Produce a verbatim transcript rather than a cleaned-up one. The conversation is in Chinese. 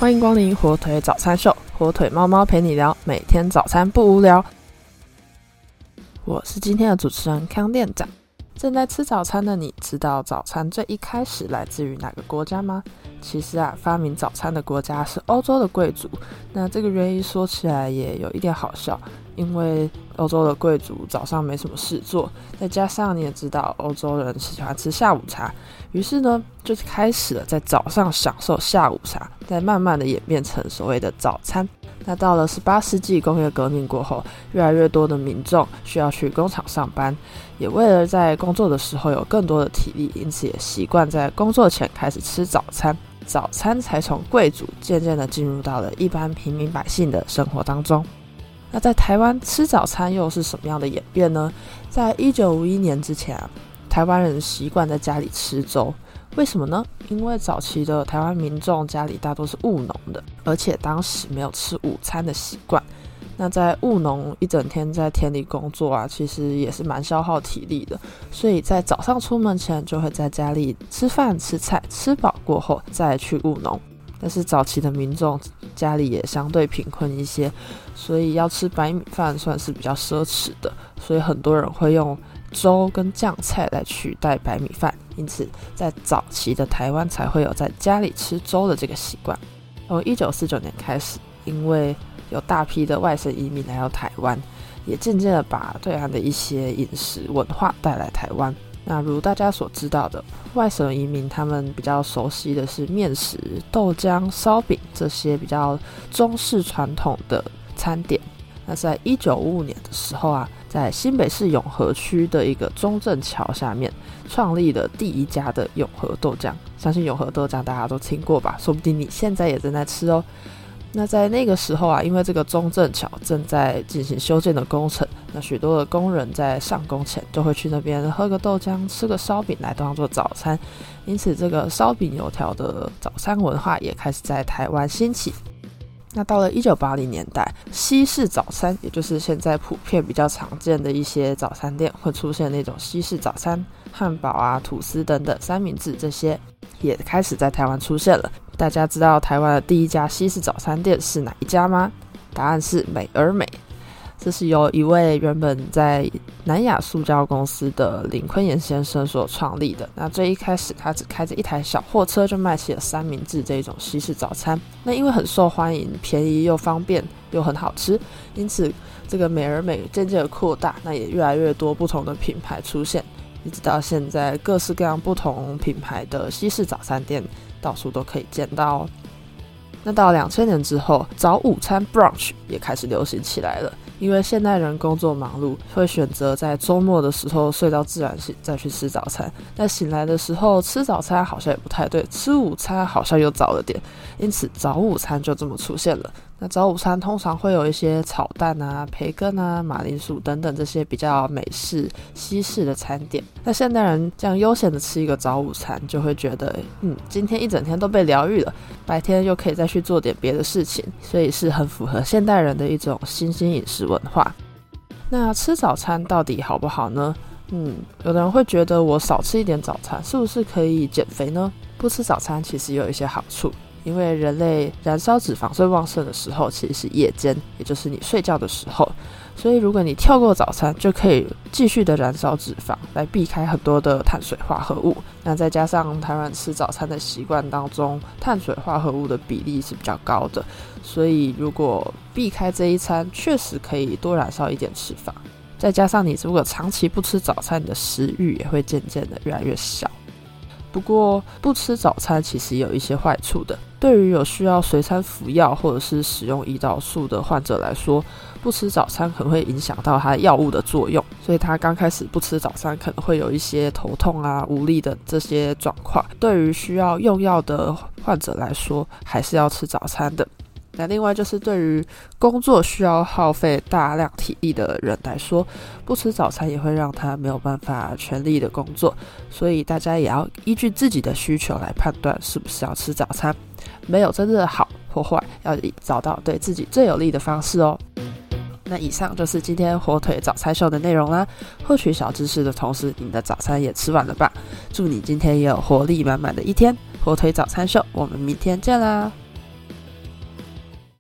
欢迎光临火腿早餐秀，火腿猫猫陪你聊，每天早餐不无聊。我是今天的主持人康店长。正在吃早餐的你，知道早餐最一开始来自于哪个国家吗？其实啊，发明早餐的国家是欧洲的贵族。那这个原因说起来也有一点好笑，因为欧洲的贵族早上没什么事做，再加上你也知道欧洲人喜欢吃下午茶，于是呢就开始了在早上享受下午茶，再慢慢的演变成所谓的早餐。那到了十八世纪工业革命过后，越来越多的民众需要去工厂上班，也为了在工作的时候有更多的体力，因此也习惯在工作前开始吃早餐。早餐才从贵族渐渐的进入到了一般平民百姓的生活当中。那在台湾吃早餐又是什么样的演变呢？在一九五一年之前啊，台湾人习惯在家里吃粥。为什么呢？因为早期的台湾民众家里大多是务农的，而且当时没有吃午餐的习惯。那在务农一整天在田里工作啊，其实也是蛮消耗体力的，所以在早上出门前就会在家里吃饭吃菜，吃饱过后再去务农。但是早期的民众家里也相对贫困一些，所以要吃白米饭算是比较奢侈的，所以很多人会用粥跟酱菜来取代白米饭，因此在早期的台湾才会有在家里吃粥的这个习惯。从一九四九年开始，因为有大批的外省移民来到台湾，也渐渐的把对岸的一些饮食文化带来台湾。那如大家所知道的，外省移民他们比较熟悉的是面食、豆浆、烧饼这些比较中式传统的餐点。那在一九五五年的时候啊，在新北市永和区的一个中正桥下面创立了第一家的永和豆浆。相信永和豆浆大家都听过吧，说不定你现在也正在吃哦。那在那个时候啊，因为这个中正桥正在进行修建的工程，那许多的工人在上工前就会去那边喝个豆浆，吃个烧饼来当做早餐，因此这个烧饼油条的早餐文化也开始在台湾兴起。那到了一九八零年代，西式早餐，也就是现在普遍比较常见的一些早餐店会出现那种西式早餐，汉堡啊、吐司等等三明治，这些也开始在台湾出现了。大家知道台湾的第一家西式早餐店是哪一家吗？答案是美而美。这是由一位原本在南亚塑胶公司的林坤炎先生所创立的。那最一开始他只开着一台小货车就卖起了三明治这种西式早餐。那因为很受欢迎，便宜又方便又很好吃，因此这个美而美渐渐的扩大，那也越来越多不同的品牌出现，一直到现在各式各样不同品牌的西式早餐店到处都可以见到哦。那到两千年之后，早午餐 brunch 也开始流行起来了。因为现代人工作忙碌，会选择在周末的时候睡到自然醒再去吃早餐。但醒来的时候吃早餐好像也不太对，吃午餐好像又早了点，因此早午餐就这么出现了。那早午餐通常会有一些炒蛋啊、培根啊、马铃薯等等这些比较美式、西式的餐点。那现代人这样悠闲的吃一个早午餐，就会觉得，嗯，今天一整天都被疗愈了，白天又可以再去做点别的事情，所以是很符合现代人的一种新兴饮食文化。那吃早餐到底好不好呢？嗯，有的人会觉得我少吃一点早餐是不是可以减肥呢？不吃早餐其实有一些好处，因为人类燃烧脂肪最旺盛的时候其实是夜间，也就是你睡觉的时候，所以如果你跳过早餐，就可以继续的燃烧脂肪，来避开很多的碳水化合物。那再加上台湾吃早餐的习惯当中，碳水化合物的比例是比较高的，所以如果避开这一餐，确实可以多燃烧一点脂肪。再加上你如果长期不吃早餐，你的食欲也会渐渐的越来越小。不过不吃早餐其实有一些坏处的，对于有需要随餐服药或者是使用胰岛素的患者来说，不吃早餐可能会影响到他药物的作用，所以他刚开始不吃早餐可能会有一些头痛啊、无力的这些状况。对于需要用药的患者来说，还是要吃早餐的。那另外就是对于工作需要耗费大量体力的人来说，不吃早餐也会让他没有办法全力的工作，所以大家也要依据自己的需求来判断是不是要吃早餐，没有真正的好或坏，要找到对自己最有利的方式哦。那以上就是今天火腿早餐秀的内容啦，获取小知识的同时，你的早餐也吃完了吧？祝你今天也有活力满满的一天。火腿早餐秀，我们明天见啦！